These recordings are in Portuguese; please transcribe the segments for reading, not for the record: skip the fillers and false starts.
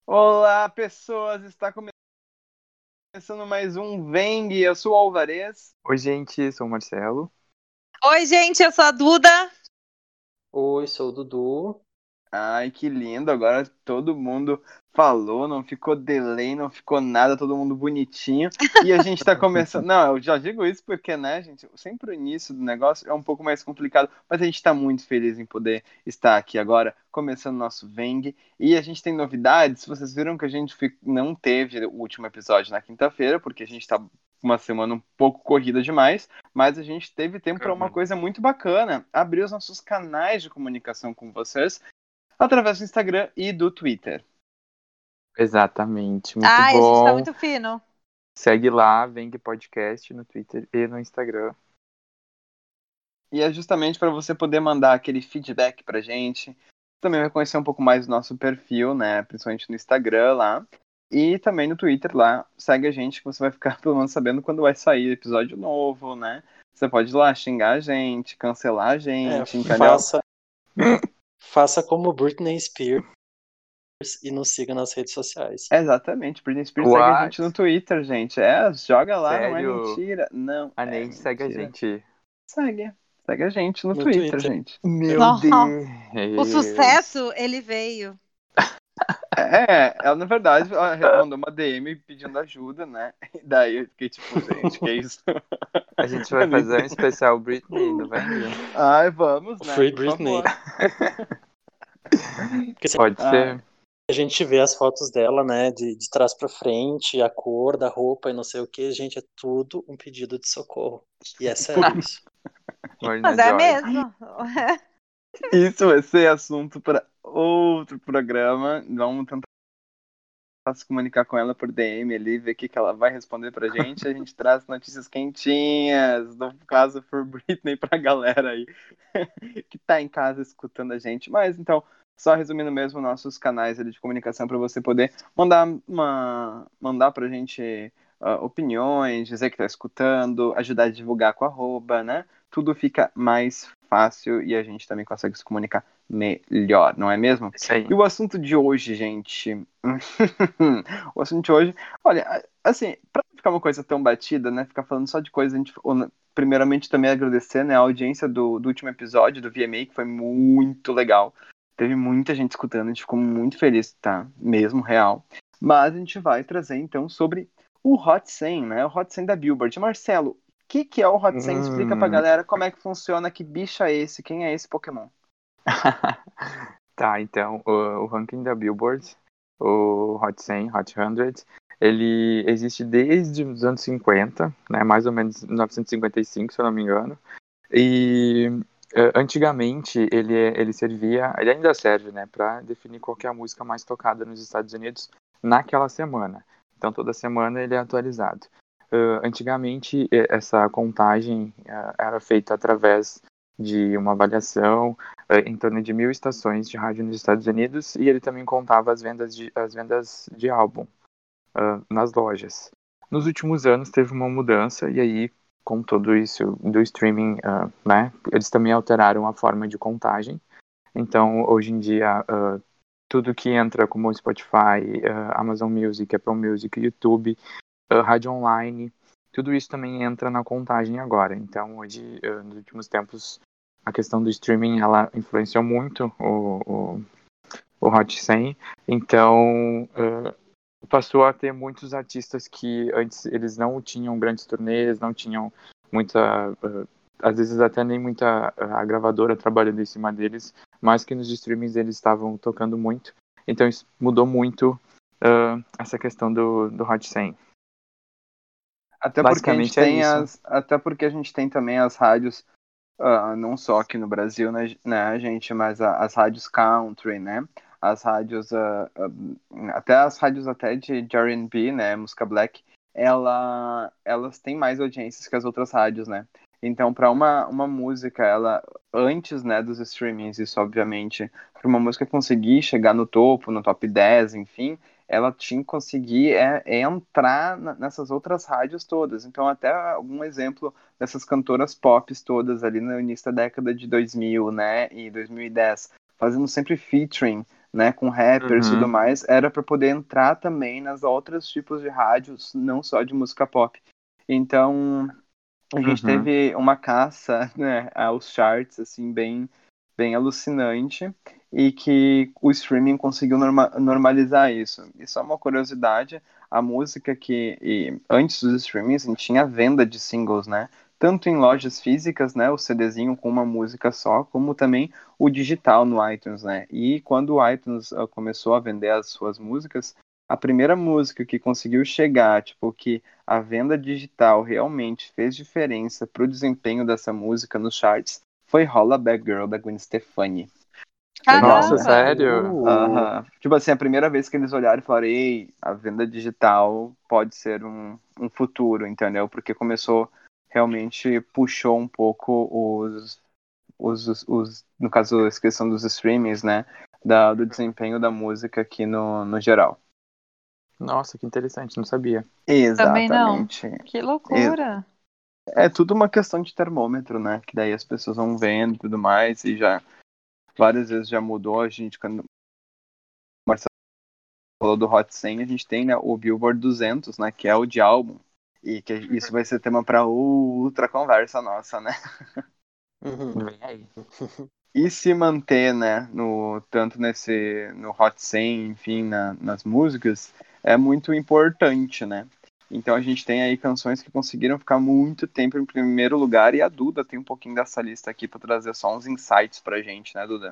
Olá, pessoas! Está começando mais um Veng. Eu sou o Alvarez. Oi, gente, sou o Marcelo. Oi, gente, eu sou a Duda. Oi, sou o Dudu. Ai, que lindo! Agora todo mundo falou, não ficou delay, não ficou nada, todo mundo bonitinho. E a gente tá começando. Não, eu já digo isso porque, né, gente, sempre o início do negócio é um pouco mais complicado, mas a gente tá muito feliz em poder estar aqui agora, começando o nosso Veng. E a gente tem novidades. Vocês viram que a gente não teve o último episódio na quinta-feira, porque a gente tá uma semana um pouco corrida demais, mas a gente teve tempo para uma coisa muito bacana: abrir os nossos canais de comunicação com vocês através do Instagram e do Twitter. Exatamente, muito A bom. gente tá muito fino. Segue lá, Veng Podcast no Twitter e no Instagram. E é justamente para você poder mandar aquele feedback pra gente. Também vai conhecer um pouco mais do nosso perfil, né? Principalmente no Instagram lá. E também no Twitter lá. Segue a gente que você vai ficar pelo menos sabendo quando vai sair episódio novo, né? Você pode ir lá xingar a gente, cancelar a gente, entendeu? Faça como Britney Spears e nos siga nas redes sociais. Exatamente, Britney Spears segue a gente no Twitter, gente. Joga lá, Sério? não é mentira. Não, A é Neide segue a mentira. gente. Segue a gente no No Twitter, Twitter. gente. Meu Nossa, Deus! o sucesso, ele veio. Ela na verdade ela mandou uma DM pedindo ajuda, né? E daí eu fiquei tipo, gente, que isso? A gente vai fazer um especial Britney no Veng? Ai, vamos, né? Free Por Britney. favor. Porque se Pode ser. a gente vê as fotos dela, né, de trás pra frente, a cor da roupa e não sei o que, gente, é tudo um pedido de socorro. E é sério isso. Marina Mas é Joy. mesmo. Isso vai ser assunto para outro programa. Vamos tentar se comunicar com ela por DM ali, ver o que ela vai responder pra gente. A gente traz notícias quentinhas do caso For Britney pra galera aí que tá em casa escutando a gente. Mas então, só resumindo mesmo nossos canais ali de comunicação para você poder mandar pra gente opiniões, dizer que tá escutando, ajudar a divulgar com @, né? Tudo fica mais fácil e a gente também consegue se comunicar melhor, não é mesmo? Isso aí. E o assunto de hoje, gente. O assunto de hoje, olha, assim, pra não ficar uma coisa tão batida, né? Ficar falando só de coisa, a gente, primeiramente também agradecer, né, a audiência do último episódio do VMA, que foi muito legal. Teve muita gente escutando, a gente ficou muito feliz, tá? Mesmo, real. Mas a gente vai trazer, então, sobre o Hot 100, né? O Hot 100 da Billboard. Marcelo, o que é o Hot 100? Explica pra galera como é que funciona, que bicho é esse, quem é esse Pokémon? Tá, então, o ranking da Billboard, o Hot 100, Hot 100, ele existe desde os anos 50, né, mais ou menos 1955, se eu não me engano, e antigamente ele servia, ele ainda serve, né, para definir qual que é a música mais tocada nos Estados Unidos naquela semana. Então, toda semana ele é atualizado. Antigamente, essa contagem era feita através de uma avaliação em torno de 1.000 estações de rádio nos Estados Unidos, e ele também contava as vendas de álbum nas lojas. Nos últimos anos teve uma mudança, e aí, com tudo isso do streaming, né, eles também alteraram a forma de contagem. Então, hoje em dia, tudo que entra como Spotify, Amazon Music, Apple Music, YouTube, rádio online, tudo isso também entra na contagem agora. Então, hoje, nos últimos tempos, a questão do streaming, ela influenciou muito o Hot 100. Então, passou a ter muitos artistas que antes eles não tinham grandes turnês, não tinham muita... às vezes até nem muita a gravadora trabalhando em cima deles, mas que nos streamings eles estavam tocando muito. Então, isso mudou muito essa questão do Hot 100. Até porque a gente Basicamente é tem isso. até porque a gente tem também as rádios, não só aqui no Brasil, né, gente, mas as rádios country, né? As rádios, até as rádios até de R&B, né, música black, elas têm mais audiências que as outras rádios, né? Então, para uma música, ela antes, né, dos streamings, isso obviamente, para uma música conseguir chegar no topo, no top 10, enfim, ela tinha que conseguir entrar nessas outras rádios todas. Então, até algum exemplo dessas cantoras pop todas ali no início da década de 2000, né, e 2010, fazendo sempre featuring né, com rappers e tudo Uhum. mais, era para poder entrar também nas outros tipos de rádios, não só de música pop. Então, a gente Uhum. teve uma caça, né, aos charts, assim, bem alucinante, e que o streaming conseguiu normalizar isso. E só uma curiosidade, a música antes dos streamings, a gente tinha venda de singles, né? Tanto em lojas físicas, né, o CDzinho com uma música só, como também o digital no iTunes, né? E quando o iTunes começou a vender as suas músicas, a primeira música que conseguiu chegar, tipo, que a venda digital realmente fez diferença pro desempenho dessa música nos charts foi Holla Back Girl, da Gwen Stefani. Legal, Nossa, né? Caramba! sério? Aham. Tipo assim, a primeira vez que eles olharam e falaram, ei, a venda digital pode ser um futuro, entendeu? Porque começou, realmente puxou um pouco no caso, a questão dos streamings, né? Do desempenho da música aqui no geral. Nossa, que interessante, não sabia. Também não. Exatamente. Que E- loucura. É tudo uma questão de termômetro, né? Que daí as pessoas vão vendo e tudo mais, e já várias vezes já mudou. A gente, quando o Marcelo falou do Hot 100, a gente tem, né, o Billboard 200, né? Que é o de álbum. E que isso vai ser tema para outra conversa nossa, né? Uhum. Vem aí. E se manter, né, tanto no Hot 100, enfim, nas músicas, é muito importante, né? Então a gente tem aí canções que conseguiram ficar muito tempo em primeiro lugar, e a Duda tem um pouquinho dessa lista aqui para trazer só uns insights pra gente, né, Duda?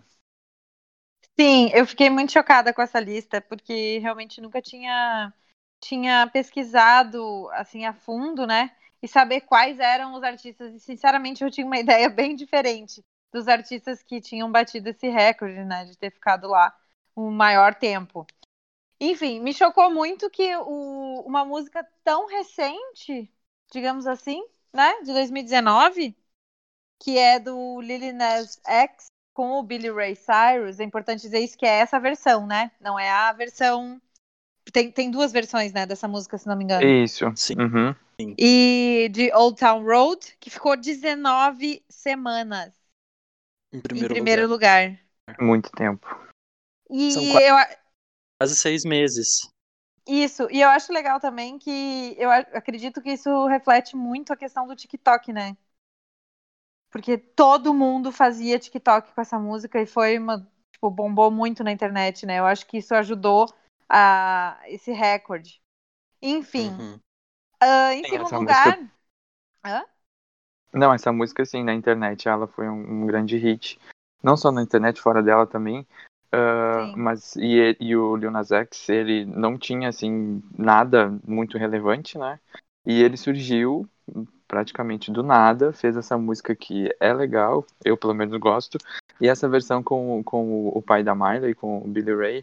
Sim, eu fiquei muito chocada com essa lista, porque realmente nunca tinha pesquisado assim a fundo, né? E saber quais eram os artistas. E sinceramente eu tinha uma ideia bem diferente dos artistas que tinham batido esse recorde, né? De ter ficado lá o maior tempo. Enfim, me chocou muito que uma música tão recente, digamos assim, né? De 2019, que é do Lil Nas X com o Billy Ray Cyrus. É importante dizer isso, que é essa versão, né? Não é a versão. Tem duas versões, né, dessa música, se não me engano. Isso. Sim. Uhum. E de Old Town Road, que ficou 19 semanas Em em primeiro lugar. primeiro lugar. Muito tempo. São E eu, quase 6 meses. isso, e eu acho legal também que eu acredito que isso reflete muito a questão do TikTok, né? Porque todo mundo fazia TikTok com essa música e foi tipo, bombou muito na internet, né? Eu acho que isso ajudou a esse recorde. Enfim, Uhum. em Sim, segundo essa música. lugar. Hã? Não, essa música, sim, na internet, ela foi um grande hit. Não só na internet, fora dela também. Sim. Mas e o Lil Nas X, ele não tinha, assim, nada muito relevante, né? E ele surgiu praticamente do nada, fez essa música que é legal, eu pelo menos gosto. E essa versão com o pai da Miley, com o Billy Ray,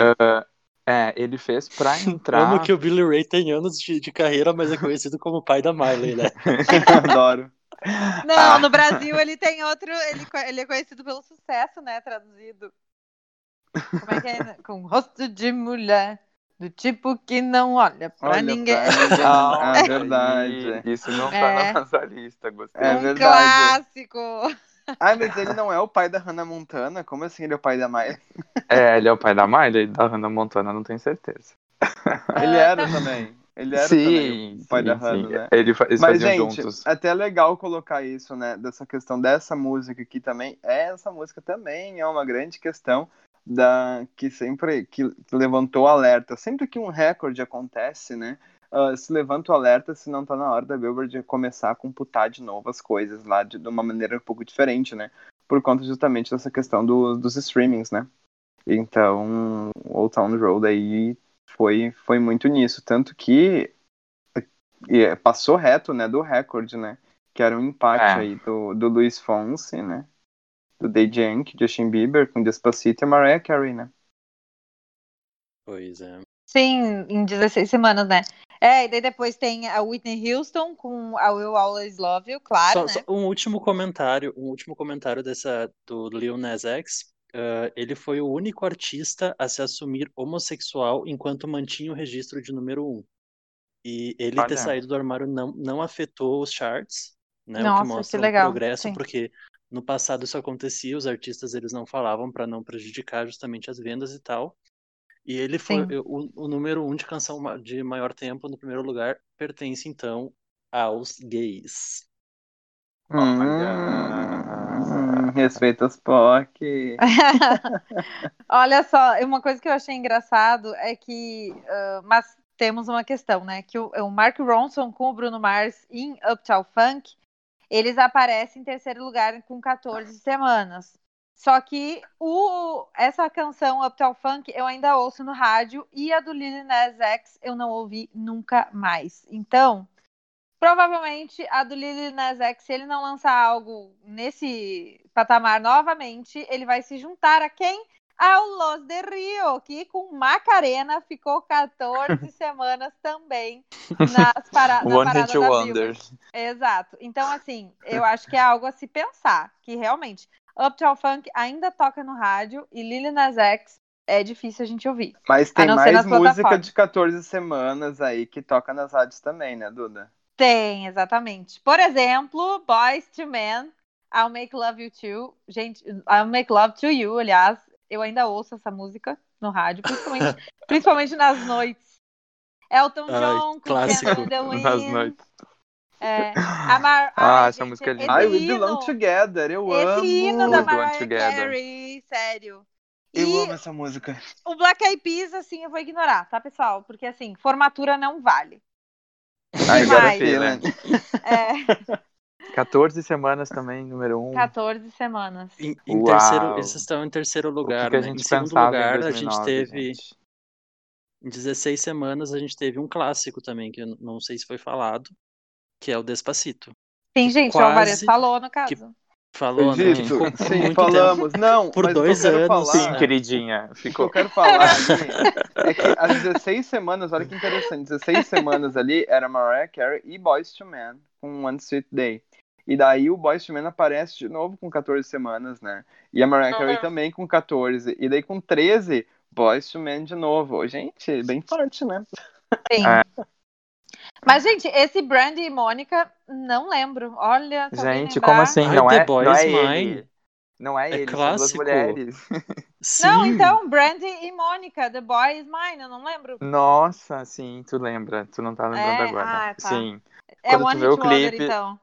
ele fez pra Amo entrar. que o Billy Ray tem anos de carreira, mas é conhecido como o pai da Miley, né? Adoro. Não, no Brasil ele tem outro. Ele é conhecido pelo sucesso, né? Traduzido. Como é que é? Com rosto de mulher. Do tipo que não olha pra Olha ninguém. pra ninguém. Calma, Ah, que aí verdade. isso não tá na É, nossa lista, gostei É um disso. verdade. clássico. Ah, mas ele não é o pai da Hannah Montana? Como assim ele é o pai da Miley? É, ele é o pai da Miley, da Hannah Montana, não tenho certeza. Ele Ah, era também. Ele era também o Sim, pai da sim, sim. Hannah, né? Eles Mas, faziam gente, juntos. até é legal colocar isso, né? Dessa questão dessa música aqui também. Essa música também é uma grande questão que sempre que levantou alerta. Sempre que um recorde acontece, né? Se levanta o alerta se não tá na hora da Billboard começar a computar de novo as coisas lá de uma maneira um pouco diferente, né? Por conta justamente dessa questão dos streamings, né? Então, Old Town Road aí foi muito nisso. Tanto que passou reto, né, do recorde, né? Que era um empate É, aí do Luiz Fonsi, né? Do Daddy Yankee, Justin Bieber com Despacito e Mariah Carey, né? Pois é. sim, em 16 semanas, né? É, e daí depois tem a Whitney Houston com a Will Always Love You, claro, Só né? um último comentário do Lil Nas X. Ele foi o único artista a se assumir homossexual enquanto mantinha o registro de número 1. E ele ter olha. saído do armário não afetou os charts, né? O que Nossa, que mostra um legal. progresso, Sim. porque No passado isso acontecia, os artistas eles não falavam para não prejudicar justamente as vendas e tal. E ele foi Sim. o número 1 de canção de maior tempo, no primeiro lugar, pertence então aos gays. Respeita os POC. Olha só, uma coisa que eu achei engraçado é que, mas temos uma questão, né? Que o Mark Ronson com o Bruno Mars em Uptown Funk, eles aparecem em terceiro lugar com 14 semanas. Só que essa canção Uptown Funk eu ainda ouço no rádio e a do Lil Nas X eu não ouvi nunca mais. Então, provavelmente a do Lil Nas X, se ele não lançar algo nesse patamar novamente, ele vai se juntar a quem? Ao Los de Rio, que com Macarena ficou 14 semanas também na One Hit parada da Wonder. Billboard. Exato. Então, assim, eu acho que é algo a se pensar, que realmente Uptown Funk ainda toca no rádio e Lil Nas X é difícil a gente ouvir. Mas A tem não ser mais nas música plataformas. de 14 semanas aí que toca nas rádios também, né, Duda? Tem, exatamente. Por exemplo, Boyz II Men, I'll Make Love You Too. Gente, I'll Make Love to You, aliás, eu ainda ouço essa música no rádio, principalmente nas noites. Elton Ai, John com clássico. Candle in the Nas Wind. noites. Ai, Essa gente, música é esse linda. Ai, We Belong hino, Together, eu esse hino da amo. We Belong Mariah Together. Carey, sério. Eu E amo essa música. o Black Eyed Peas, assim, eu vou ignorar, tá, pessoal? Porque, assim, formatura não vale. I got a Demais. feeling. 14 semanas também, número 1. 14 semanas. Em terceiro, eles estão em terceiro O lugar, que a né? gente Em segundo pensava em lugar, a gente 2009, teve. gente? Em 16 semanas, a gente teve um clássico também, que eu não sei se foi falado, que é o Despacito. Sim, Que gente, o Alvarez quase falou, no que caso. falou, né? Que Dito, ficou por sim, muito tempo. falamos. Não, Por mas o que eu 2 quero anos. Sim, falar, queridinha. o que eu Ficou. quero falar ali é que as 16 semanas, olha que interessante, 16 semanas ali era Mariah Carey e Boyz II Men com One Sweet Day. E daí o Boyz II Men aparece de novo com 14 semanas, né? E a Mariah Carey também com 14. E daí com 13, Boyz II Men de novo. Gente, bem forte, né? Sim. É. Mas, gente, esse Brandy e Mônica, não lembro. Olha, se alguém Gente, lembrar. como assim? Ai, Não The é, Boy não Is é Mine. ele. Não é É ele, são duas clássico. mulheres. Sim. Não, então, Brandy e Mônica, The Boy Is Mine, eu não lembro. Nossa, sim, tu lembra. Tu não tá lembrando agora. Tá. Sim. É Quando tu One vê o Hit Wonder, clipe, então.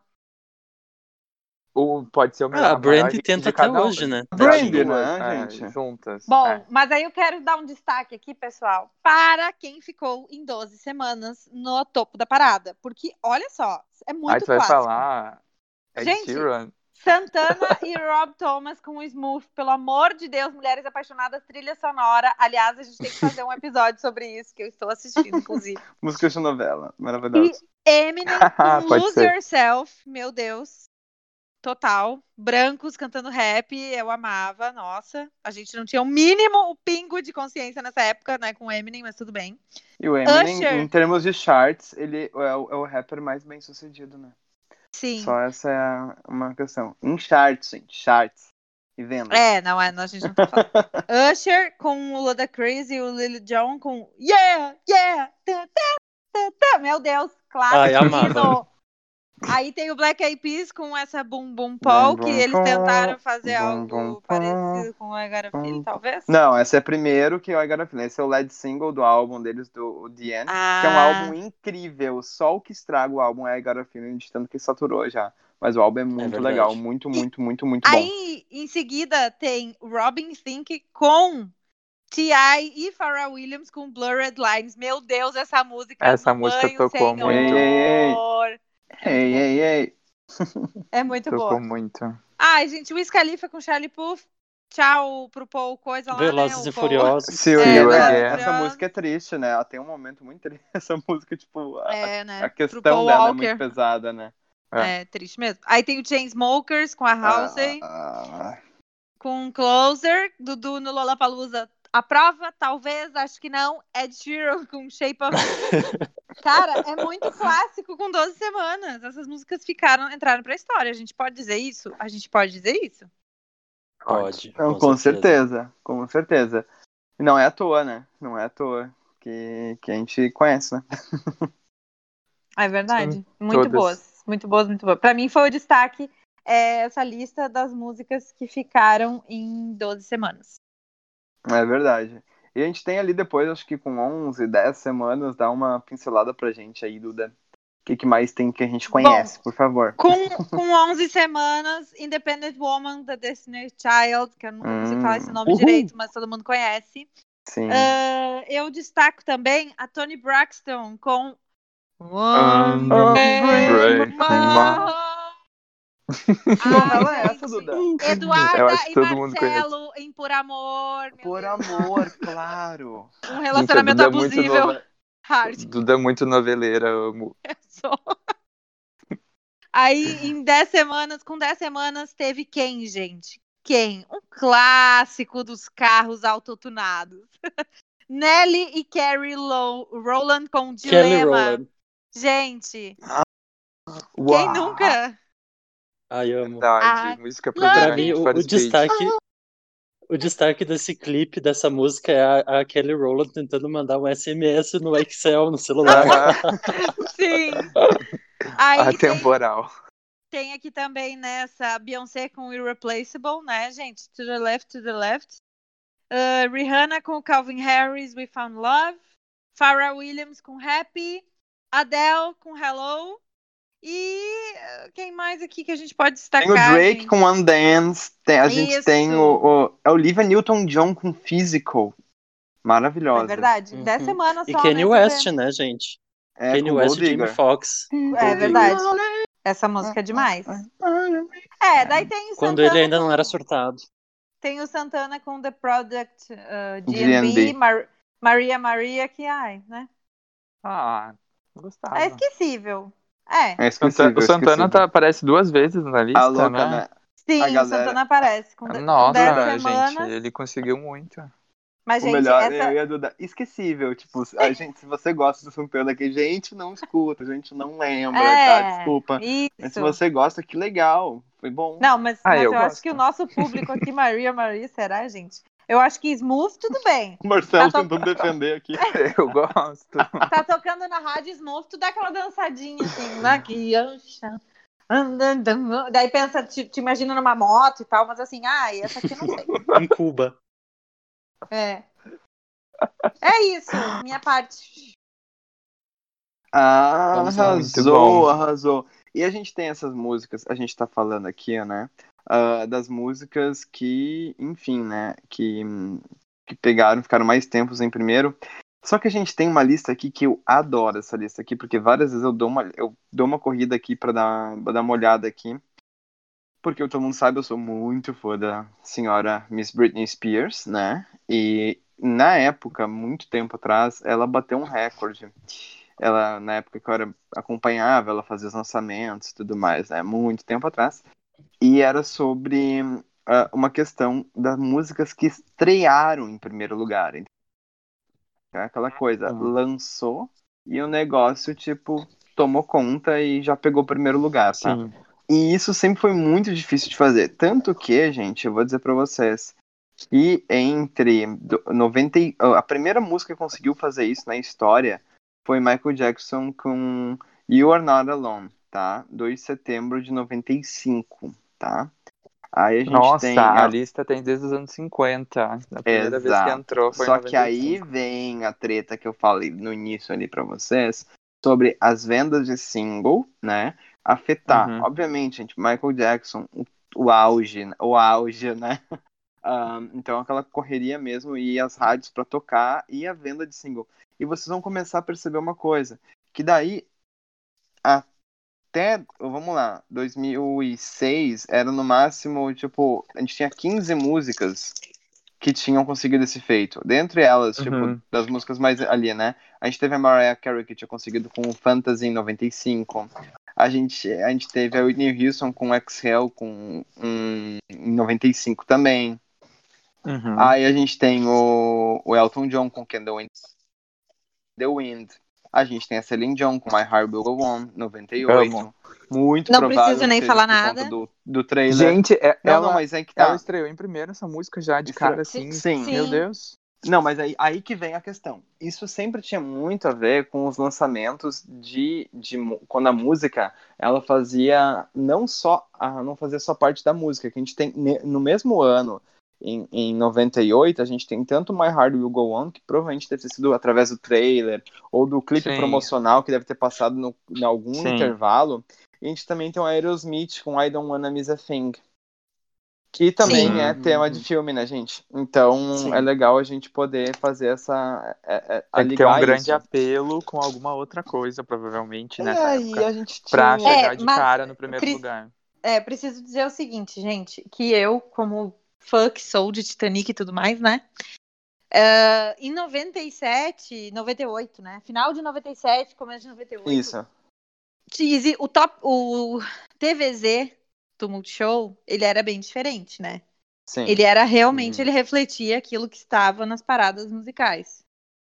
pode ser A a maior Brandy hit tenta de até cada hoje, né? das Brandy, Tadinha. duas, né, gente? juntas. Bom, mas aí eu quero dar um destaque aqui, pessoal, para quem ficou em 12 semanas no topo da parada. Porque, olha só, é Aí muito tu vai clássico. falar Ed Gente, Sheeran. Santana e Rob Thomas com o Smooth, pelo amor de Deus, Mulheres Apaixonadas, trilha sonora. Aliás, a gente tem que fazer um episódio sobre isso, que eu estou assistindo, inclusive. Música de novela, E maravilhoso. Eminem com Pode Lose ser. Yourself, meu Deus. Total. Brancos cantando rap, eu amava, nossa. A gente não tinha o mínimo, o pingo de consciência nessa época, né, com o Eminem, mas tudo bem. E o Eminem, Usher. em termos de charts, ele é o rapper mais bem sucedido, né? Sim. Só essa é uma questão. Em charts, gente. Charts. E vendas. A gente não tá falando. Usher com o Ludacris e o Lil Jon com Yeah, yeah, tá, tá, tá, tá. Meu Deus, Ai, clássico amava. hino. Aí tem o Black Eyed Peas com essa Boom Boom Bum, Paul, bum, que eles pum, tentaram fazer bum, bum, algo pum, parecido com o I Got a Feeling, talvez? Não, esse é primeiro que o I Got a Feeling. Esse é o lead single do álbum deles, do The End, que é um álbum incrível. Só o que estraga o álbum é I Got a Feeling, de tanto que saturou já. Mas o álbum é muito verdade. legal, muito, muito, muito, muito bom. Aí, em seguida, tem Robin Thicke com T.I. e Pharrell Williams com Blurred Lines. Meu Deus, essa música Essa do música banho, tocou Senhor. muito. Ei, ei, ei. É muito Tocou boa. muito. Ai, gente, Wiz Khalifa com Charlie Puth. Tchau pro Paul Coisa lá, Velozes né? e O Paul. Furiosos. Se o See you Essa again. música é triste, né? Ela tem um momento muito triste. Essa música, tipo, né? a Pro questão Paul dela é Walker. muito pesada, né? É, triste mesmo. Aí tem o Chainsmokers com a Halsey. Ah, Com Closer, Dudu no Lollapalooza. A prova, talvez, acho que não. Ed Sheeran com Shape of You. Cara, é muito clássico com 12 semanas. Essas músicas entraram pra história. A gente pode dizer isso? A gente pode dizer isso? Pode. não, com certeza. Com certeza. E não é à toa, né? Não é à toa que a gente conhece, né? É verdade. Sim, Muito todas. boas. Muito boas, muito boas. Pra mim foi o destaque é essa lista das músicas que ficaram em 12 semanas. É verdade. E a gente tem ali depois, acho que com 11, 10 semanas, dá uma pincelada pra gente aí, Duda. O que mais tem que a gente conhece, por favor? Com 11 semanas, Independent Woman, da Destiny's Child, que eu nunca consigo falar esse nome direito, mas todo mundo conhece. Sim. Eu destaco também a Toni Braxton com Porra, é essa, Duda? Eduarda e todo mundo Marcelo em Por Amor. Por Amor, claro. Um relacionamento Gente, abusível. Hard. Duda é muito noveleira, amo. Eu sou. Aí, em 10 semanas, com 10 semanas, teve quem, gente? Quem? Um clássico dos carros autotunados. Nelly e Carrie Rowland com Kelly Dilema. Rowland. Gente, Uau. quem nunca? Ai, amo. Verdade, música Pra proibida mim, para o destaque desse clipe, dessa música, é a Kelly Rowland tentando mandar um SMS no Excel, no celular. Sim. Aí Atemporal. tem aqui também nessa Beyoncé com Irreplaceable, né, gente? To the Left, to the Left. Rihanna com Calvin Harris, We Found Love. Pharrell Williams com Happy. Adele com Hello. E quem mais aqui que a gente pode destacar? Tem o Drake gente? com One Dance. A gente tem o Olivia Newton-John com Physical. Maravilhosa. É verdade. 10 semanas E só, Kanye né, West, né, gente? Kanye com West Gold e Jamie Digger. Foxx. É verdade. Essa música é demais. Daí tem o Quando Santana ele ainda não era surtado. Tem o Santana com The Product, GNB. Maria, que né? Gostava. É esquecível. É esquecível, O Santana aparece 2 vezes na lista, a louca, né? Sim, a galera... o Santana aparece com Nossa, 10 semanas. gente, ele conseguiu muito. Mas, o gente, melhor, eu ia Duda, esquecível, tipo, a gente, se você gosta do Santana aqui, gente não escuta, a gente não lembra, tá? Desculpa. Isso. Mas se você gosta, que legal, foi bom. Não, mas eu gosto. acho que o nosso público aqui, Maria, será, gente? Eu acho que Smooth, tudo bem. O Marcelo tentando defender aqui. Eu gosto. Tá tocando na rádio Smooth, tu dá aquela dançadinha assim, né? Daí pensa, te imagina numa moto e tal, mas assim, essa aqui eu não sei. Em Cuba. É isso, minha parte. Arrasou. E a gente tem essas músicas, a gente tá falando aqui, né? Das músicas que, enfim, né? Que ficaram mais tempos em primeiro. Só que a gente tem uma lista aqui que eu adoro essa lista aqui, porque várias vezes eu dou uma corrida aqui pra dar uma olhada aqui. Porque todo mundo sabe, eu sou muito fã da senhora Miss Britney Spears, né? E na época, muito tempo atrás, ela bateu um recorde. Ela, na época que eu acompanhava, ela fazia os lançamentos e tudo mais, né? Muito tempo atrás. E era sobre uma questão das músicas que estrearam em primeiro lugar. Então, aquela coisa, lançou e o negócio, tipo, tomou conta e já pegou o primeiro lugar, tá? Sim. E isso sempre foi muito difícil de fazer. Tanto que, gente, eu vou dizer pra vocês, que entre a primeira música que conseguiu fazer isso na história foi Michael Jackson com You Are Not Alone, tá? 2 de setembro de 95, tá? Aí a gente tem... a lista tem desde os anos 50. A primeira vez que entrou foi Só em 95. que aí vem a treta que eu falei no início ali pra vocês, sobre as vendas de single, né? Afetar. Obviamente, gente, Michael Jackson, o auge, né? Então aquela correria mesmo, e as rádios para tocar e a venda de single. E vocês vão começar a perceber uma coisa, que daí até, vamos lá, 2006 era no máximo, tipo, a gente tinha 15 músicas que tinham conseguido esse feito. Dentre elas, tipo, das músicas mais ali, né? A gente teve a Mariah Carey, que tinha conseguido com o Fantasy em 95. A gente teve a Whitney Houston com Exhale em 95 também. Aí a gente tem o Elton John com Candle in the Wind. A gente tem a Celine Dion com My Heart Will Go On, 98. Amo. Muito não provável preciso nem que seja falar por nada. conta do trailer. Gente, mas aí que tá. Ela estreou em primeiro essa música já de cara assim. Sim. Meu Deus. Não, mas aí que vem a questão. Isso sempre tinha muito a ver com os lançamentos quando a música, ela fazia não fazia só parte da música, que a gente tem no mesmo ano, em 98, a gente tem tanto My Heart Will Go On, que provavelmente deve ter sido através do trailer, ou do clipe Sim, promocional, que deve ter passado em algum sim. intervalo, e a gente também tem o Aerosmith com I Don't Wanna Miss a Thing, que também Sim. é tema de filme, né, gente? Então é Sim. legal a gente poder fazer a Tem que ter um ligar grande isso. apelo com alguma outra coisa, provavelmente, E nessa aí época, a gente pra tinha. chegar de Mas cara no primeiro lugar. preciso dizer o seguinte, gente, que eu, como fã que sou de Titanic e tudo mais, né? Em 97, 98, né? Final de 97, começo de 98, Isso, o TVZ do Multishow, ele era bem diferente, né? sim. Ele era realmente, Uhum. ele refletia aquilo que estava nas paradas musicais.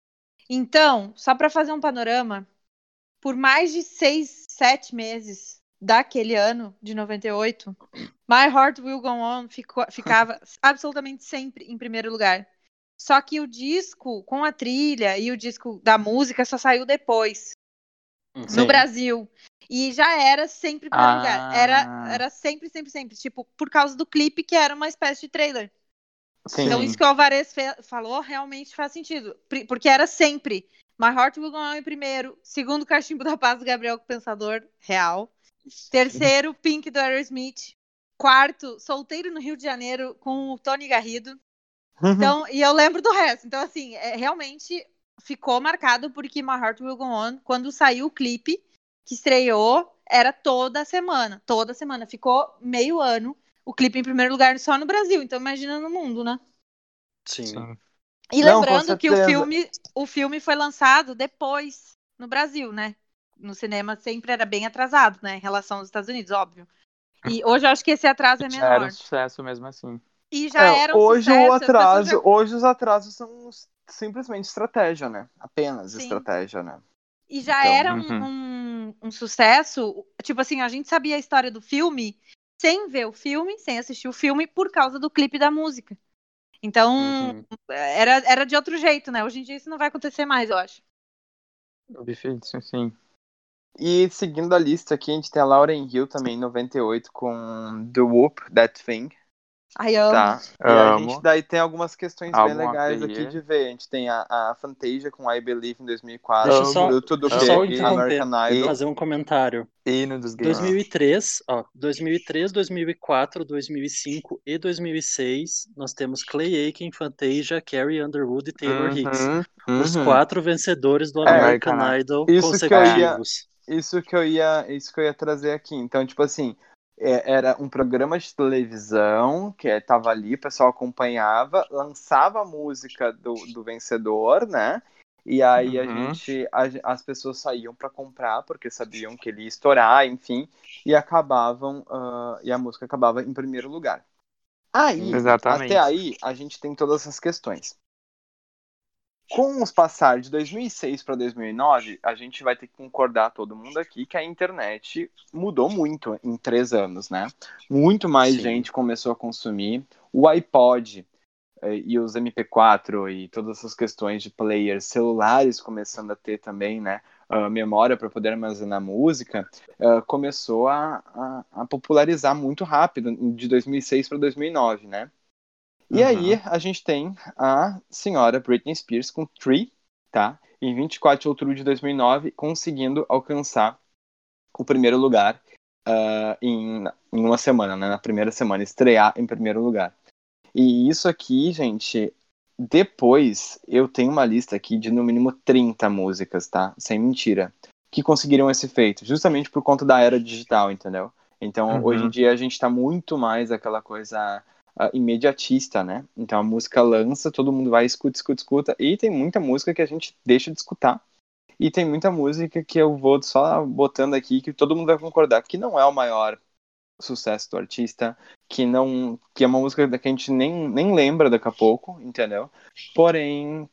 Então, só para fazer um panorama, por mais de 6, 7 meses daquele ano de 98, My Heart Will Go On ficava absolutamente sempre em primeiro lugar. Só que o disco com a trilha e o disco da música só saiu depois, no Sim. Brasil. E já era sempre em primeiro lugar. Era sempre, sempre, sempre. Tipo, por causa do clipe, que era uma espécie de trailer. Sim. Então, isso que o Alvarez falou realmente faz sentido. Porque era sempre My Heart Will Go On em primeiro. Segundo, Cachimbo da Paz do Gabriel Pensador, real. Terceiro, Pink do Aerosmith. Quarto, Solteiro no Rio de Janeiro com o Tony Garrido. Então, e eu lembro do resto. Então, assim, realmente ficou marcado porque My Heart Will Go On, quando saiu o clipe que estreou, era toda semana. Toda semana. Ficou meio ano o clipe em primeiro lugar só no Brasil. Então, imagina no mundo, né? Sim. Sim. E Não, com lembrando que certeza. o filme foi lançado depois no Brasil, né? No cinema sempre era bem atrasado, né? Em relação aos Estados Unidos, óbvio. E hoje eu acho que esse atraso é Já era um menor. sucesso mesmo assim. E já era um Hoje sucesso, as pessoas já... hoje os atrasos são simplesmente estratégia, né? Apenas Sim. estratégia, né? E já Então, era um sucesso. Tipo assim, a gente sabia a história do filme sem ver o filme, sem assistir o filme, por causa do clipe da música. Então, Uhum. era de outro jeito, né? Hoje em dia isso não vai acontecer mais, eu acho. Difícil, sim. e seguindo a lista aqui, a gente tem a Lauryn Hill também, em 98, com The Whoop, That Thing. Ai, amo. Tá. E a gente Amo. daí tem algumas questões bem Álbum legais aqui After de ver. A gente tem a Fantasia com I Believe em 2004, Deixa eu só, Fruto do deixa eu só Quê, Amo. interromper, American Idol. fazer um comentário. Hino dos gays. 2003, 2004, 2005 e 2006, nós temos Clay Aiken, Fantasia, Carrie Underwood e Taylor Hicks. Os 4 vencedores do American American Idol Isso que eu ia, consecutivos. isso que eu ia trazer aqui. Então, tipo assim, era um programa de televisão que tava ali, o pessoal acompanhava, lançava a música do vencedor, né? E aí as pessoas saíam para comprar porque sabiam que ele ia estourar, enfim, e e a música acabava em primeiro lugar. Aí, até Exatamente. aí, a gente tem todas essas questões. Com os passar de 2006 para 2009, a gente vai ter que concordar todo mundo aqui que a internet mudou muito em 3 anos, né? Muito mais Sim. gente começou a consumir. O iPod e os MP4 e todas essas questões de players, celulares começando a ter também, né? Memória para poder armazenar música, começou a popularizar muito rápido, de 2006 para 2009, né? E aí a gente tem a senhora Britney Spears com Three, tá? Em 24 de outubro de 2009, conseguindo alcançar o primeiro lugar em uma semana, né? Na primeira semana, estrear em primeiro lugar. E isso aqui, gente, depois eu tenho uma lista aqui de no mínimo 30 músicas, tá? Sem mentira. Que conseguiram esse feito, justamente por conta da era digital, entendeu? Então, hoje em dia a gente tá muito mais aquela coisa imediatista, né? Então a música lança, todo mundo vai, escuta, escuta, escuta, e tem muita música que a gente deixa de escutar. E tem muita música que eu vou só botando aqui que todo mundo vai concordar que não é o maior sucesso do artista, que é uma música que a gente nem lembra daqui a pouco, entendeu? Porém,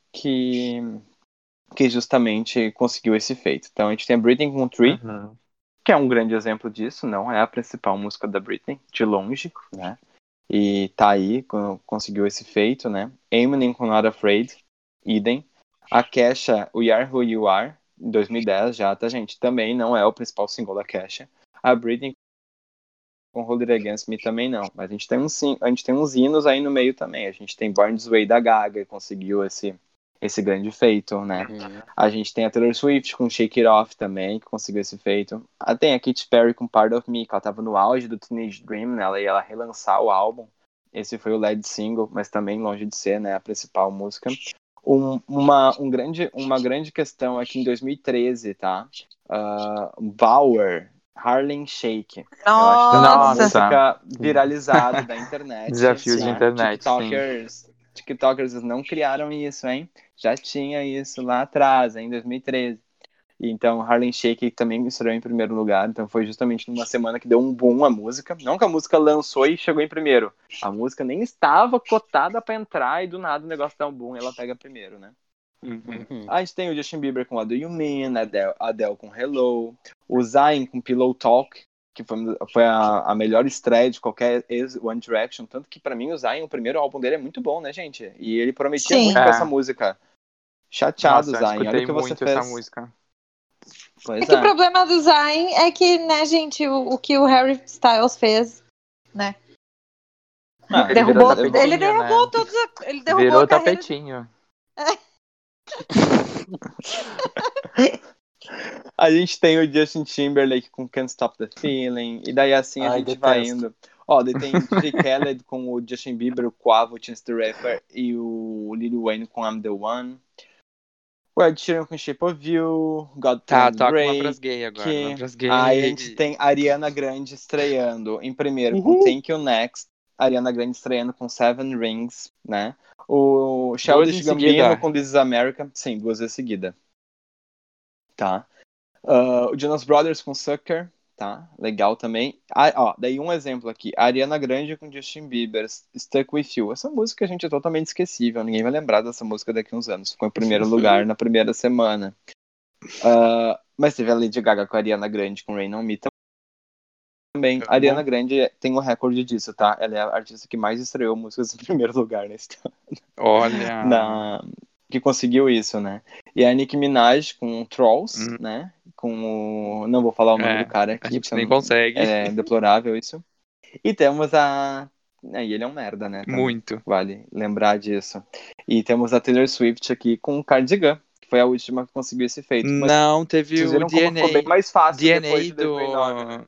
que justamente conseguiu esse feito. Então a gente tem a Britney com Three, que é um grande exemplo disso, não é a principal música da Britney, de longe, né? E tá aí, conseguiu esse feito, né? Eminem com Not Afraid, idem. A Kesha, We Are Who You Are, em 2010 já, tá, gente? Também não é o principal single da Kesha. A Britney com Hold It Against Me também não. Mas a gente tem uns hinos aí no meio também. A gente tem Born This Way da Gaga, que conseguiu esse grande feito, né? A gente tem a Taylor Swift com Shake It Off também, que conseguiu esse feito. Tem a Katy Perry com Part of Me, que ela tava no auge do Teenage Dream, né? Ela ia relançar o álbum. Esse foi o lead single, mas também longe de ser, né, a principal música. Uma grande questão aqui em 2013, tá? Bauer, Harlem Shake. Eu acho que é uma Nossa! música viralizada da internet. Desafios de né? internet, TikTokers não criaram isso, hein? Já tinha isso lá atrás, em 2013. Então, Harlem Shake também estreou em primeiro lugar. Então, foi justamente numa semana que deu um boom a música. Não que a música lançou e chegou em primeiro. A música nem estava cotada pra entrar e do nada o negócio dá um boom e ela pega primeiro, né? A gente tem o Justin Bieber com What Do You Mean, Adele com Hello, o Zayn com Pillow Talk, que foi a melhor estreia de qualquer One Direction. Tanto que pra mim o Zayn, o primeiro álbum dele é muito bom, né, gente? E ele prometia Sim. muito com essa música. Chateado, Nossa, eu Zayn. Olha o escutei que você muito fez. essa música. Pois que o problema do Zayn é que, né, gente, o que o Harry Styles fez, né? Ele virou Ele tapetinho, derrubou né? todos. Ele derrubou Virou a carreira. tapetinho. A gente tem o Justin Timberlake com Can't Stop the Feeling, e daí assim a Ai, gente vai detesto. indo. Daí tem DJ Khaled com o Justin Bieber, o Quavo, o Chance the Rapper e o Lil Wayne com I'm the One. O Ed Sheeran com Shape of You, God Tá, Plan toca uma pras Drake. gay agora. Uma pras gay. Aí a gente tem Ariana Grande estreando em primeiro com Thank You Next. Ariana Grande estreando com Seven Rings, né? O Duas Childish em Gambino seguida. com This Is America. Sim, 2 vezes seguida. Tá. O Jonas Brothers com Sucker, tá? Legal também. Daí um exemplo aqui. A Ariana Grande com Justin Bieber, Stuck With You. Essa música, gente, é totalmente esquecível. Ninguém vai lembrar dessa música daqui a uns anos. Ficou em primeiro lugar na primeira semana. Mas teve a Lady Gaga com a Ariana Grande com Rain On Me também. A Ariana Grande tem o recorde disso, tá? Ela é a artista que mais estreou músicas em primeiro lugar nesse Olha. que conseguiu isso, né? E a Nicki Minaj com Trolls, né? Com não vou falar o nome do cara aqui, A gente porque nem consegue. é deplorável isso. E temos e ele é um merda, né? Também. Muito. Vale lembrar disso. E temos a Taylor Swift aqui com Cardigan, que foi a última que conseguiu esse feito. Mas Não, teve vocês o viram como ficou bem mais fácil depois DNA de 2009, né?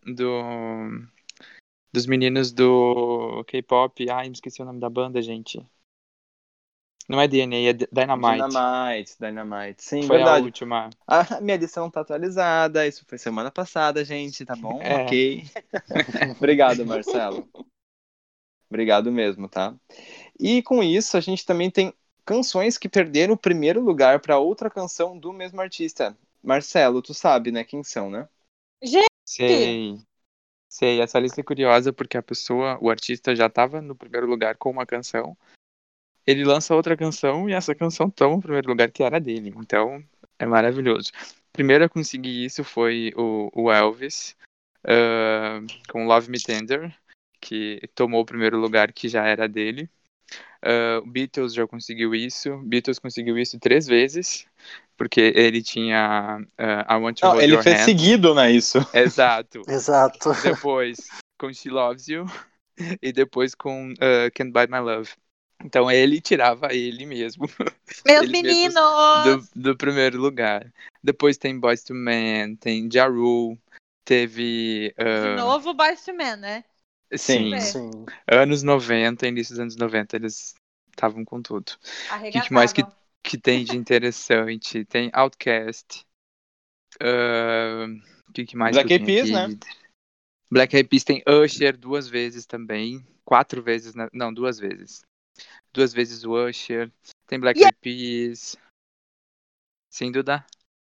dos meninos do K-pop. Ai, me esqueci o nome da banda, gente. Não é DNA, é Dynamite. Sim, Foi a verdade. última. A minha edição tá atualizada. Isso foi semana passada, gente. Tá bom? É. Ok. Obrigado, Marcelo. Obrigado mesmo, tá? E com isso, a gente também tem canções que perderam o primeiro lugar para outra canção do mesmo artista. Marcelo, tu sabe, né? Quem são, né? Sei. Essa lista é curiosa porque o artista já estava no primeiro lugar com uma canção. Ele lança outra canção e essa canção toma o primeiro lugar que era dele. Então, é maravilhoso. Primeiro a conseguir isso foi o Elvis, com Love Me Tender, que tomou o primeiro lugar que já era dele. O Beatles já conseguiu isso. Beatles conseguiu isso 3 vezes, porque ele tinha I Want to Não, Hold ele Your fez Hand. seguido, né? Isso. Exato. Exato. Depois com She Loves You e depois com Can't Buy My Love. Então ele tirava ele mesmo. Meus Eles mesmos meninos! do primeiro lugar. Depois tem Boyz II Men, tem Ja Rule, teve... De novo, Boyz II Men, né? Sim. Sim. Anos 90, início dos anos 90, eles estavam com tudo. O que mais Arregatavam. que tem de interessante? Tem Outkast. O que mais Black que eu Eyed tenho Peas, aqui? né? Black Eyed Peas tem Usher 2 vezes também. 4 vezes, não, 2 vezes. 2 vezes o Usher. Tem Black Eyed Peas. Sim, Duda?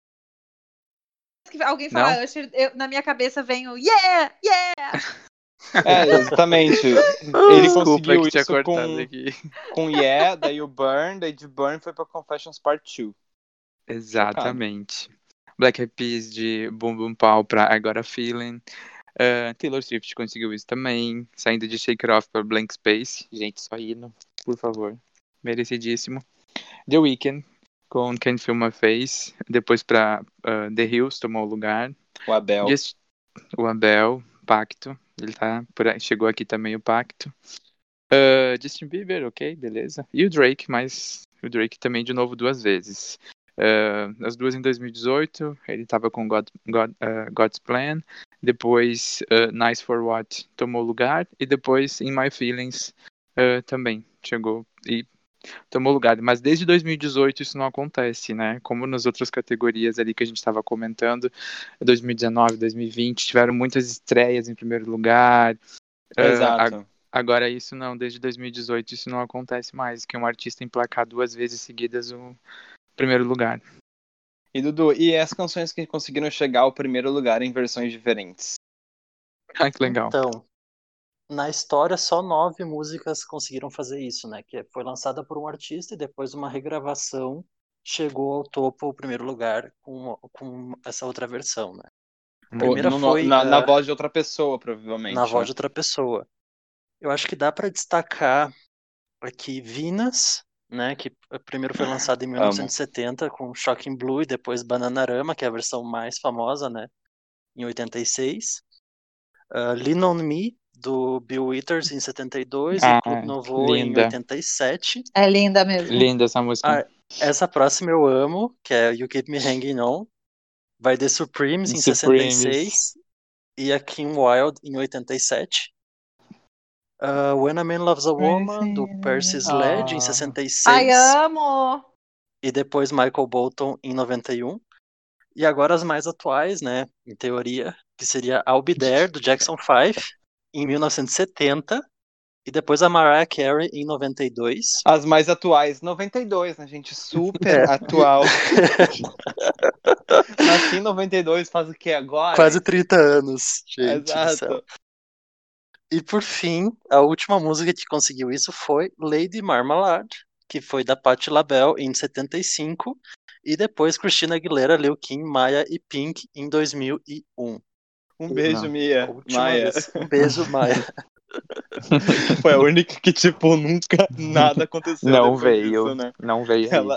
Alguém Não? fala Usher, na minha cabeça vem o yeah! Exatamente. Ele Desculpa, é conseguiu que tinha isso cortado aqui. com Yeah, daí o Burn, daí de Burn foi pra Confessions Part 2. Exatamente. Black Eyed Peas de Boom Boom Pow pra I Got a Feeling. Taylor Swift conseguiu isso também. Saindo de Shake It Off para Blank Space. Gente, só hino, por favor. Merecidíssimo. The Weeknd com Can't Feel My Face. Depois pra The Hills tomou o lugar. O Abel. O Abel, Pacto. Ele tá por aí, chegou aqui também o Pacto. Justin Bieber, ok, beleza. E o Drake, mas o Drake também de novo 2 vezes. As duas em 2018, ele tava com God's Plan. Depois Nice for What tomou lugar. E depois In My Feelings também chegou e tomou lugar. Mas desde 2018 isso não acontece, né? Como nas outras categorias ali que a gente estava comentando, 2019, 2020, tiveram muitas estreias em primeiro lugar. Exato. Agora isso não, desde 2018 isso não acontece mais, que um artista emplacar 2 vezes seguidas o primeiro lugar. E Dudu, e as canções que conseguiram chegar ao primeiro lugar em versões diferentes? Ah, que legal. Então, na história, só 9 músicas conseguiram fazer isso, né? Que foi lançada por um artista e depois uma regravação chegou ao topo, o primeiro lugar, com essa outra versão, né? A primeira foi na voz de outra pessoa, provavelmente. na voz de outra pessoa. Eu acho que dá para destacar aqui Venus, né? Que primeiro foi lançado em 1970 com Shocking Blue e depois Bananarama, que é a versão mais famosa, né? Em 86. Lean on Me, do Bill Withers, em 72, e Club Nouveau em 87. É linda mesmo. Linda essa música. Essa próxima eu amo, que é You Keep Me Hanging On, by The Supremes, em 66, e a Kim Wilde, em 87. When a Man Loves a Woman, do Percy Sledge, em 66. Ai, amo! E depois Michael Bolton, em 91. E agora as mais atuais, né, em teoria, que seria I'll Be There, do Jackson 5, em 1970, e depois a Mariah Carey, em 92. As mais atuais, 92, né, gente? Super atual. Nasci em 92, faz o que agora? Quase 30 anos, gente. Exato. Do céu. E por fim, a última música que conseguiu isso foi Lady Marmalade, que foi da Patti LaBelle, em 75, e depois Christina Aguilera, Lil Kim, Maia e Pink, em 2001. Um beijo, Mia. Maia. Um beijo, Maia. Foi a única que, tipo, nunca nada aconteceu. Não veio, disso, né? não veio. Ela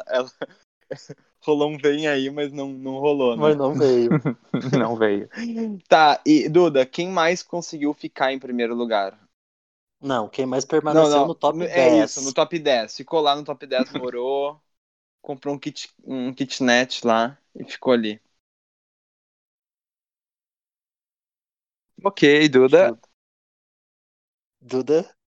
rolou um vem aí, mas não rolou, né? Mas não veio. Não veio. Tá, e Duda, quem mais conseguiu ficar em primeiro lugar? Não, quem mais permaneceu no top 10. É isso, no top 10. Ficou lá no top 10, morou, comprou um kitnet lá e ficou ali. Ok, Duda. Duda?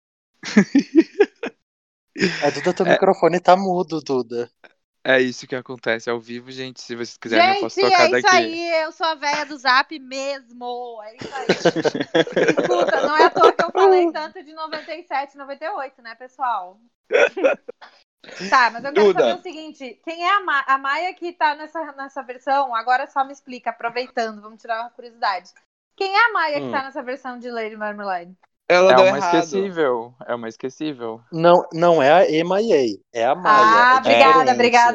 A Duda, teu microfone tá mudo, Duda. É isso que acontece ao vivo, gente. Se vocês quiserem, eu posso tocar daqui. Gente, é isso aí. Eu sou a véia do Zap mesmo. É isso aí. Escuta, não é à toa que eu falei tanto de 97, 98, né, pessoal? Tá, mas eu quero Duda. saber o seguinte. Quem é a Maia que tá nessa versão? Agora só me explica, aproveitando. Vamos tirar uma curiosidade. Quem é a Maia que tá nessa versão de Lady Marmalade? Ela É deu uma errado. esquecível. É uma esquecível. Não é a MIA, é a Maia. Obrigada.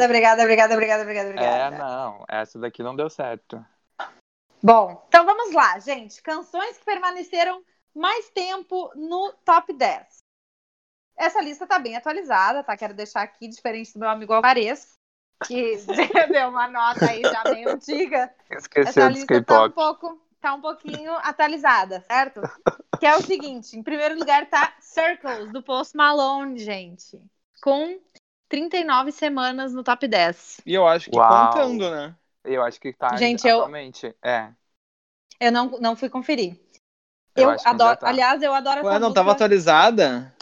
É, não. Essa daqui não deu certo. Bom, então vamos lá, gente. Canções que permaneceram mais tempo no top 10. Essa lista tá bem atualizada, tá? Quero deixar aqui, diferente do meu amigo Alvarez, que deu uma nota aí já meio antiga. Esqueceu Essa dos lista K-pop. tá um pouquinho atualizada, certo? Que é o seguinte, em primeiro lugar tá Circles, do Post Malone, gente. Com 39 semanas no top 10. E eu acho que contando, né? Eu acho que tá Gente, atualmente. Eu não fui conferir. Eu Eu acho que adoro, ainda tá. aliás, eu adoro essa Ué, não música. tava atualizada?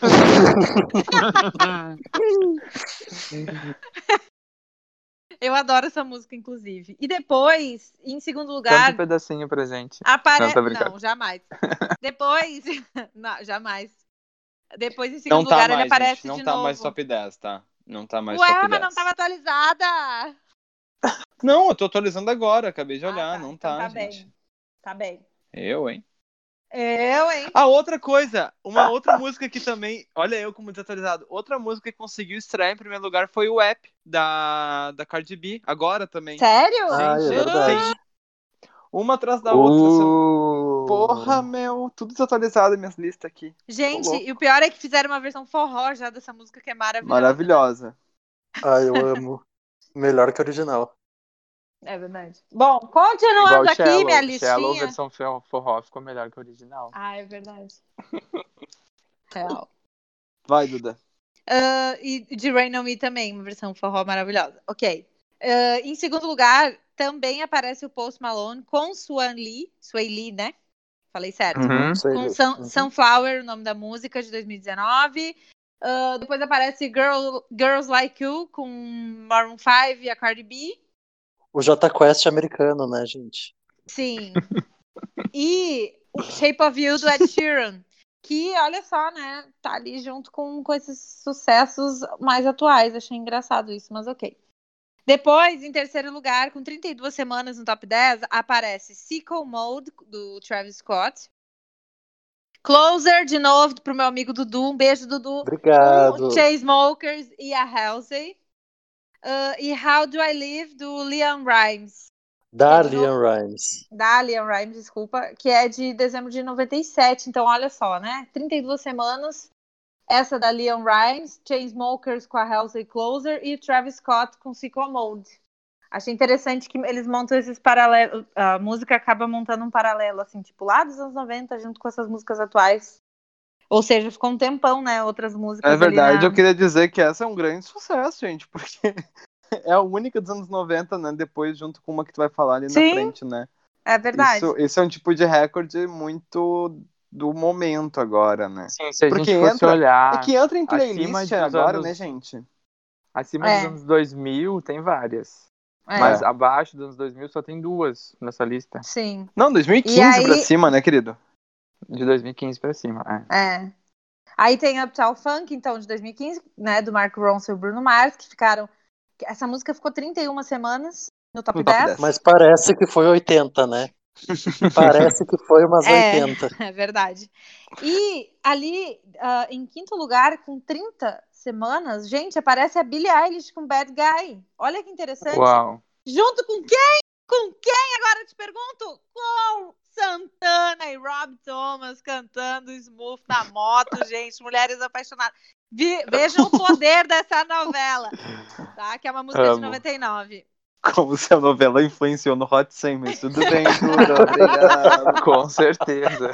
Eu adoro essa música, inclusive. E depois, em segundo Canta lugar, um pedacinho pra gente. Não, jamais. Depois, não, jamais. Depois, em segundo Não tá lugar, mais, ele aparece gente. Não de tá novo. mais top 10, tá? Não tá mais Ué, top 10. mas não tava atualizada. Não, eu tô atualizando agora. Acabei de olhar. Tá. Não Então tá, tá gente. bem. Tá bem. Eu, hein? Outra coisa. Uma outra música que também... Olha eu como desatualizado. Outra música que conseguiu estrear em primeiro lugar foi o App da Cardi B. Agora também. Sério? É verdade. Uma atrás da outra. Porra, meu. Tudo desatualizado minhas listas aqui. Gente, e o pior é que fizeram uma versão forró já dessa música que é maravilhosa. Maravilhosa. Ai, eu amo. Melhor que o original. É verdade. Bom, Igual continuando aqui Shallow. minha Shallow, listinha. versão forró, ficou melhor que o original. Ah, é verdade. Real. Vai, Duda. E de Rain On Me também, uma versão forró maravilhosa. Ok. Em segundo lugar, também aparece o Post Malone com Sway Lee, né? Falei certo. Uhum. Com Sunflower, o nome da música, de 2019. Depois aparece Girls Like You com Maroon 5 e a Cardi B. O Jota Quest americano, né, gente? Sim. E o Shape of You do Ed Sheeran. Que, olha só, né? Tá ali junto com esses sucessos mais atuais. Achei engraçado isso, mas ok. Depois, em terceiro lugar, com 32 semanas no top 10, aparece Sicko Mode, do Travis Scott. Closer, de novo, pro meu amigo Dudu. Um beijo, Dudu. Obrigado. Com Chainsmokers e a Halsey. E How Do I Live, do Leon Rimes. Da de Leon Rimes. Da Leon Rimes, desculpa. Que é de dezembro de 97. Então, olha só, né? 32 semanas. Essa da Leon Rimes, Chainsmokers com a Halsey Closer e Travis Scott com Sicko Mode. Achei interessante que eles montam esses paralelos. A música acaba montando um paralelo, assim, tipo, lá dos anos 90, junto com essas músicas atuais. Ou seja, ficou um tempão, né? Outras músicas É verdade, ali eu queria dizer que essa é um grande sucesso, gente, porque é a única dos anos 90, né? Depois, junto com uma que tu vai falar ali na Sim, frente, né? é verdade. Esse é um tipo de recorde muito do momento agora, né? Sim, se a Porque gente fosse é olhar que entra em acima playlist dos agora, né, anos, gente? acima dos anos 2000, tem várias. É, Mas abaixo dos anos 2000 só tem 2 nessa lista. sim. Não, E 2015 pra aí, cima, né, querido? De 2015 pra cima, é. Aí tem Uptown Funk, então, de 2015, né? Do Mark Ronson e o Bruno Mars, que ficaram. Essa música ficou 31 semanas no top No top 10. 10. Mas parece que foi 80, né? Parece que foi umas 80. É verdade. E ali, em quinto lugar, com 30 semanas, gente, aparece a Billie Eilish com Bad Guy. Olha que interessante. Uau. Junto com quem? Com quem? Agora eu te pergunto. Com Santana e Rob Thomas cantando Smooth na moto, gente. Mulheres apaixonadas. Vejam o poder dessa novela, tá? Que é uma música de 99. Como se a novela influenciou no Hot 100, mas tudo bem, Duda, obrigado. Com certeza.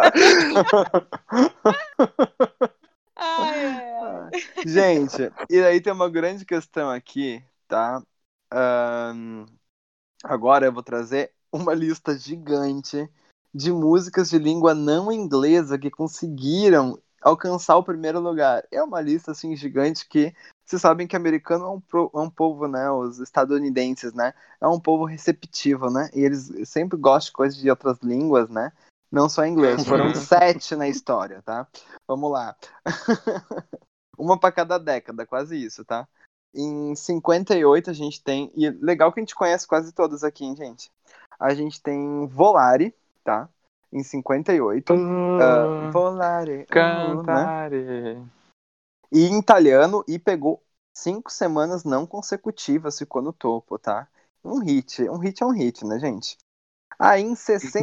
Ai, ai, ai. Gente, e aí tem uma grande questão aqui, tá? Agora eu vou trazer uma lista gigante de músicas de língua não inglesa que conseguiram alcançar o primeiro lugar. É uma lista assim gigante que vocês sabem que americano é um povo, né? Os estadunidenses, né? É um povo receptivo, né? E eles sempre gostam de coisas de outras línguas, né? Não só inglês. Foram 7 na história, tá? Vamos lá. Uma para cada década, quase isso, tá? Em 58 a gente tem. E legal que a gente conhece quase todas aqui, hein, gente? A gente tem Volare, tá? Em 58. Volare, né? Cantare. E em italiano, e pegou 5 semanas não consecutivas, ficou no topo, tá? Um hit é um hit, né, gente? Aí em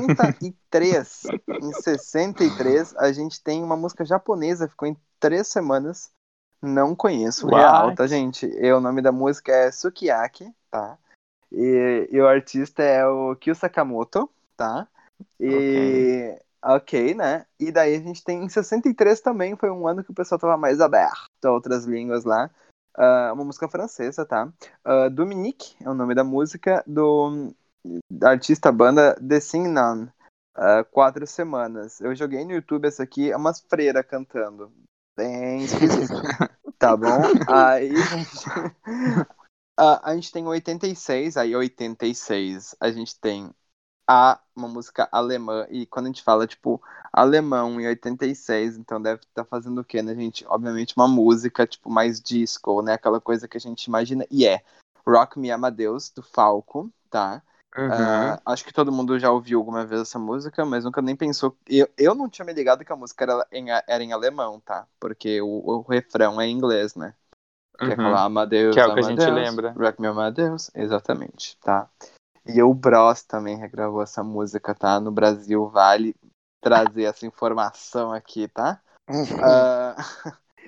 63, a gente tem uma música japonesa, ficou em 3 semanas. Não conheço, real, tá, What? gente? E o nome da música é Sukiyaki, tá? E o artista é o Kyo Sakamoto, tá? Ok. Ok, né? E daí a gente tem em 63 também, foi um ano que o pessoal tava mais aberto a outras línguas lá. Uma música francesa, tá? Dominique é o nome da música da artista banda The Sing Nun. 4 semanas. Eu joguei no YouTube essa aqui, é umas freiras cantando. Bem esquisito. Tá bom? Aí, gente. A gente tem 86, aí 86 a gente tem uma música alemã, e quando a gente fala, tipo, alemão em 86, então deve estar fazendo o quê, né, gente? Obviamente uma música, tipo, mais disco, né? Aquela coisa que a gente imagina, e Rock Me Amadeus, do Falco, tá? Uhum. Acho que todo mundo já ouviu alguma vez essa música, mas nunca nem pensou. Eu não tinha me ligado que a música era em alemão, tá? Porque o refrão é em inglês, né? Que é aquela Uhum. Que Amadeus, é o que a gente Amadeus, lembra. Rock Me Amadeus, exatamente, tá? E o Bros também regravou essa música, tá? No Brasil, vale trazer essa informação aqui, tá?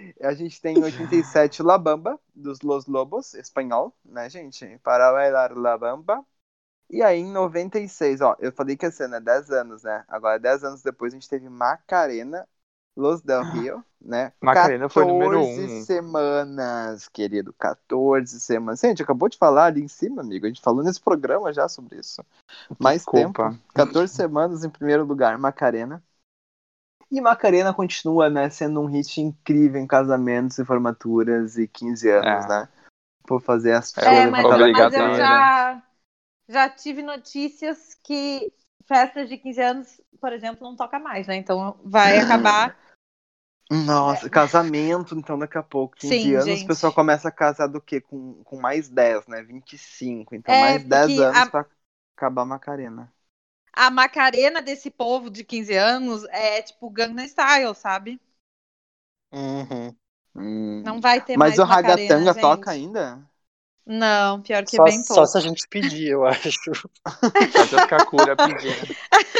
A gente tem em 87 La Bamba, dos Los Lobos, espanhol, né, gente? Para bailar La Bamba. E aí, em 96, ó, eu falei que ia ser, né, 10 anos, né? Agora, 10 anos depois, a gente teve Macarena, Los Del Rio, né? Macarena foi número 14 1. semanas, querido, 14 semanas. Gente, acabou de falar ali em cima, amigo. A gente falou nesse programa já sobre isso. Mais tempo, Desculpa. 14 semanas em primeiro lugar, Macarena. E Macarena continua, né, sendo um hit incrível em casamentos e formaturas e 15 anos, É, né? Por fazer as é É, cheiras naquela mas eu obrigatório. cadeira. já tive notícias que festas de 15 anos, por exemplo, não toca mais, né? Então vai acabar. Nossa, casamento, então daqui a pouco, 15 Sim, anos, o pessoal gente. começa a casar do quê? Com mais 10, né? 25. Então É, mais 10 porque anos pra acabar a Macarena. a Macarena desse povo de 15 anos é tipo Gangnam Style, sabe? Uhum. Não vai ter Mas mais o Macarena, ragatanga toca gente. ainda? Não, pior que bem Só se a pouco. gente pedir, eu acho. Só se a Kakura pedir.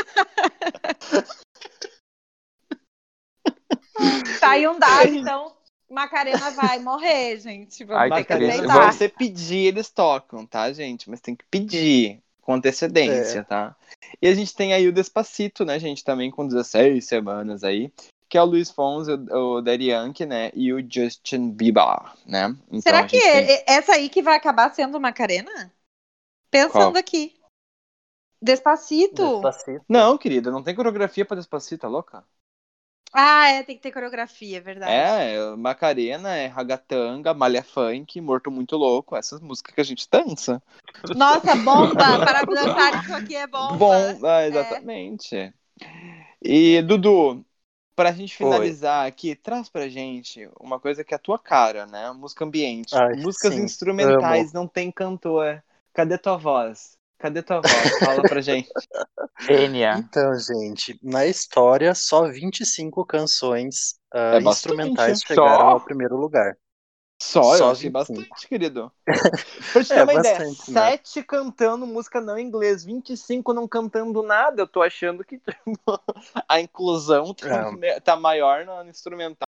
Tá aí um dado, então Macarena vai morrer, gente. Vamos Ai, ter que que triste. Macarena, se aceitar. você pedir, eles tocam, tá, gente? Mas tem que pedir com antecedência, É. tá? E a gente tem aí o Despacito, né, gente? Também com 16 semanas aí. Que é o Luiz Fonsi, o Daddy Yankee, né? E o Justin Bieber, né? Então Será a que gente tem. essa aí que vai acabar sendo Macarena? Pensando Qual? aqui. Despacito? Despacito. Não, querida, não tem coreografia pra Despacito, tá louca? Ah, é, tem que ter coreografia, é verdade. Macarena, é ragatanga, malha funk, morto muito louco, essas músicas que a gente dança. Nossa, bomba! Para dançar isso aqui é bomba. Bom, É, exatamente. E, Dudu, pra gente Oi. finalizar aqui, traz pra gente uma coisa que é a tua cara, né? Música ambiente. Ai, Músicas sim. Amo. instrumentais, não tem cantor. Cadê tua voz? Cadê tua voz? Fala pra gente. Enya. Então, gente, na história, só 25 canções É bastante. instrumentais chegaram ao Só? primeiro lugar. Só, eu Só achei 25. bastante, querido. Pra te ter É, uma ideia, bastante, né? 7 cantando música não em inglês, 25 não cantando nada. Eu tô achando que tipo, a inclusão É, tá maior no instrumental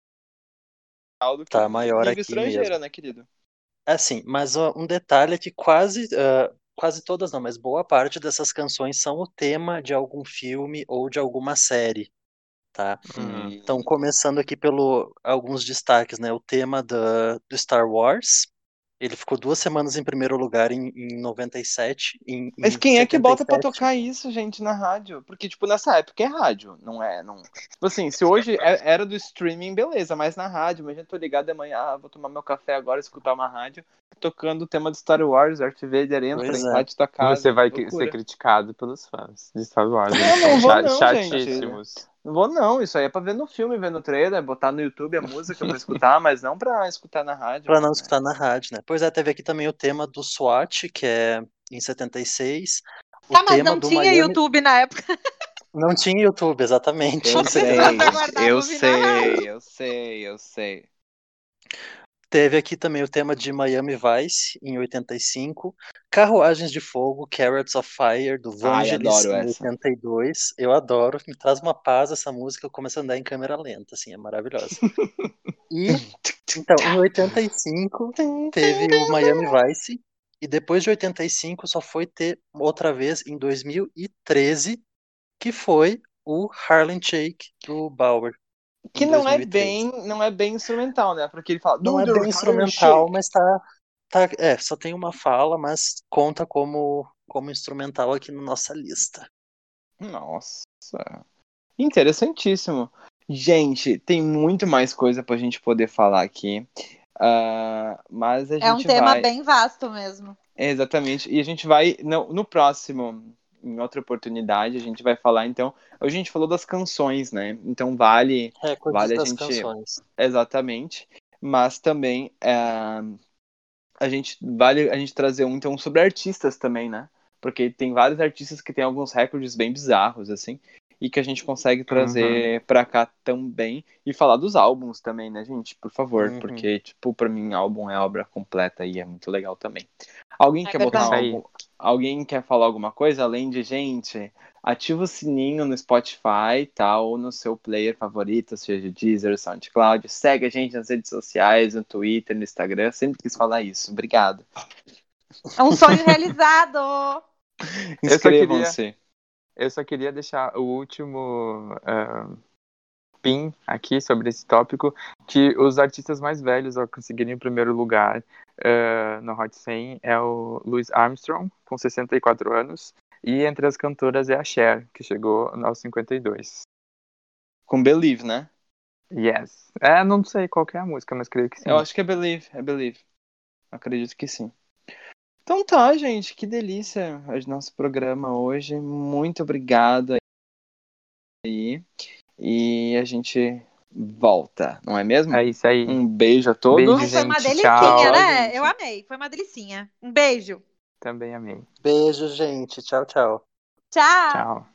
do que tá em maior língua aqui mesmo. estrangeira, né, querido? Assim, mas ó, um detalhe é que quase todas não, mas boa parte dessas canções são o tema de algum filme ou de alguma série, tá? Uhum. Então, começando aqui pelo alguns destaques, né? O tema do Star Wars, ele ficou 2 semanas em primeiro lugar em 97, Mas em quem é que bota pra 77. tocar isso, gente, na rádio? Porque, tipo, nessa época é rádio, não é? Não... Tipo assim, se hoje era do streaming, beleza, mas na rádio, imagina, tô ligado de manhã, vou tomar meu café agora, escutar uma rádio, tocando o tema do Star Wars, Darth Vader entra, Pois é. invade tua Você casa, vai ser loucura. criticado pelos fãs de Star Wars. Eles Não, são não vou não, gente. chatíssimos. Não vou não, isso aí é pra ver no filme, ver no trailer, botar no YouTube a música pra escutar, mas não pra escutar na rádio, Pra não né? escutar na rádio, né? Pois é, teve aqui também o tema do SWAT, que é em 76. O Tá, mas tema não do tinha Miami. YouTube na época. Não tinha YouTube, exatamente. Eu Por isso que sei, tá guardado eu ouvir na rádio. sei, eu sei, eu sei. Teve aqui também o tema de Miami Vice, em 85. Carruagens de Fogo, Carrots of Fire, do Ai, Vangelis, adoro em essa. 82. Eu adoro, me traz uma paz essa música, eu começo a andar em câmera lenta, assim, é maravilhosa. E, então, em 85, teve o Miami Vice, e depois de 85 só foi ter outra vez em 2013, que foi o Harlem Shake, do Bauer, Que em 2013. não é bem instrumental, né? Porque ele fala, Não do é the bem Harlem instrumental, Shake. mas só tem uma fala, mas conta como instrumental aqui na nossa lista. Nossa, interessantíssimo. Gente, tem muito mais coisa pra gente poder falar aqui. Mas a É um gente tema vai. bem vasto mesmo. Exatamente. E a gente vai. No próximo, em outra oportunidade, a gente vai falar, então. Hoje a gente falou das canções, né? Então Recordes vale a das gente. canções. Exatamente. Mas também vale a gente trazer um então sobre artistas também, né? Porque tem vários artistas que têm alguns recordes bem bizarros, assim, e que a gente consegue Uhum. trazer pra cá também e falar dos álbuns também, né, gente? Por favor, Uhum. porque, tipo, pra mim, álbum é obra completa e é muito legal também. Alguém É quer botar Isso verdade. aí. algum. Alguém quer falar alguma coisa além de gente? Ativa o sininho no Spotify, tá? Ou no seu player favorito, seja Deezer, SoundCloud. Segue a gente nas redes sociais, no Twitter, no Instagram. Sempre quis falar isso. Obrigado. É um sonho realizado! Eu só queria, Inscrevam-se. eu só queria deixar o último pin aqui sobre esse tópico, que os artistas mais velhos a conseguirem o primeiro lugar no Hot 100 é o Louis Armstrong, com 64 anos, e entre as cantoras é a Cher, que chegou aos 52. Com Believe, né? Yes. Não sei qual que é a música, mas creio que sim. Eu acho que é Believe. É Believe. Acredito que sim. Então tá, gente. Que delícia o nosso programa hoje. Muito obrigado aí. E a gente volta, não é mesmo? É isso aí. Um beijo a todos. Beijo, Foi uma gente. delicinha, Tchau. né? gente. Eu amei. Foi uma delicinha. Um beijo. Também amei. Beijo, gente. Tchau, tchau. Tchau. Tchau.